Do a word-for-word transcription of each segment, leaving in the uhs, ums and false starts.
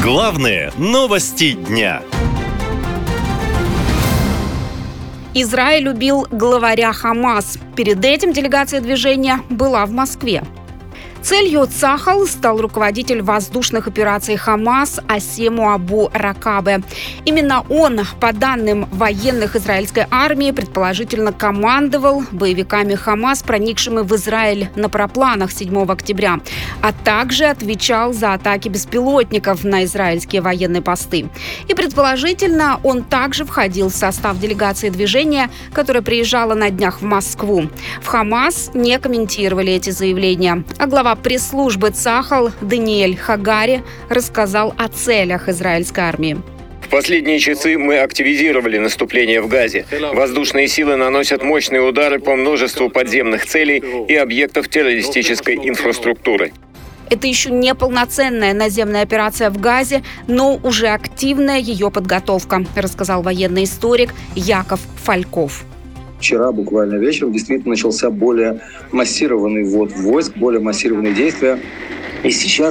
Главные новости дня. Израиль убил главаря Хамас. Перед этим делегация движения была в Москве. Целью Цахал стал руководитель воздушных операций Хамас Асему Абу Ракабе. Именно он, по данным военных израильской армии, предположительно командовал боевиками Хамас, проникшими в Израиль на парапланах седьмого октября, а также отвечал за атаки беспилотников на израильские военные посты. И предположительно, он также входил в состав делегации движения, которая приезжала на днях в Москву. В Хамас не комментировали эти заявления. А глава пресс-службы Цахал Даниэль Хагари рассказал о целях израильской армии. В последние часы мы активизировали наступление в Газе. Воздушные силы наносят мощные удары по множеству подземных целей и объектов террористической инфраструктуры. Это еще не полноценная наземная операция в Газе, но уже активная ее подготовка, рассказал военный историк Яков Фальков. Вчера, буквально вечером, действительно начался более массированный ввод войск, более массированные действия. И сейчас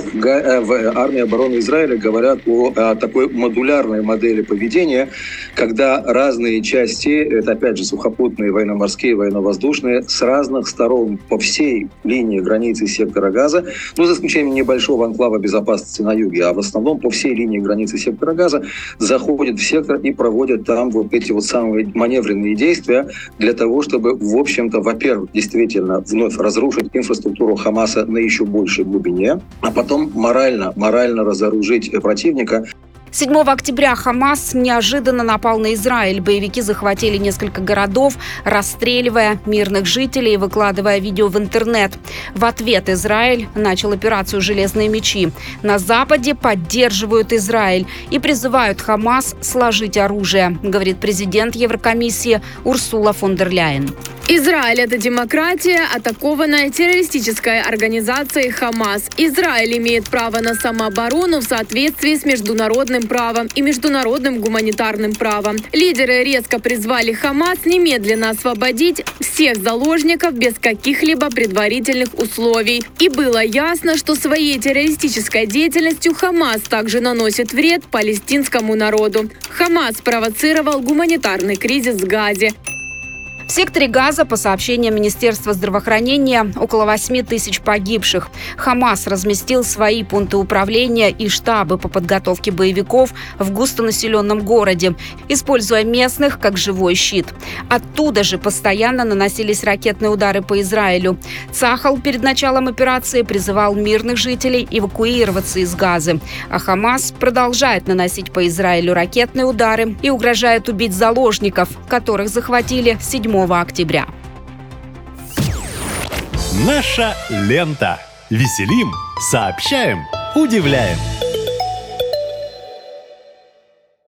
в армии обороны Израиля говорят о такой модулярной модели поведения, когда разные части, это опять же сухопутные, военно-морские, военно-воздушные, с разных сторон по всей линии границы сектора Газа, ну, за исключением небольшого анклава безопасности на юге, а в основном по всей линии границы сектора Газа заходят в сектор и проводят там вот эти вот самые маневренные действия для того, чтобы, в общем-то, во-первых, действительно вновь разрушить инфраструктуру Хамаса на еще большей глубине, а потом морально, морально разоружить противника. седьмого октября Хамас неожиданно напал на Израиль. Боевики захватили несколько городов, расстреливая мирных жителей и выкладывая видео в интернет. В ответ Израиль начал операцию «Железные мечи». На Западе поддерживают Израиль и призывают Хамас сложить оружие, говорит президент Еврокомиссии Урсула фон дер Ляйен. Израиль – это демократия, атакованная террористической организацией Хамас. Израиль имеет право на самооборону в соответствии с международным правом и международным гуманитарным правом. Лидеры резко призвали Хамас немедленно освободить всех заложников без каких-либо предварительных условий. И было ясно, что своей террористической деятельностью Хамас также наносит вред палестинскому народу. Хамас провоцировал гуманитарный кризис в Газе. В секторе Газа, по сообщениям Министерства здравоохранения, около восьми тысяч погибших. Хамас разместил свои пункты управления и штабы по подготовке боевиков в густонаселенном городе, используя местных как живой щит. Оттуда же постоянно наносились ракетные удары по Израилю. Цахал перед началом операции призывал мирных жителей эвакуироваться из Газы. А Хамас продолжает наносить по Израилю ракетные удары и угрожает убить заложников, которых захватили седьмого октября. Наша лента. Веселим, сообщаем, удивляем.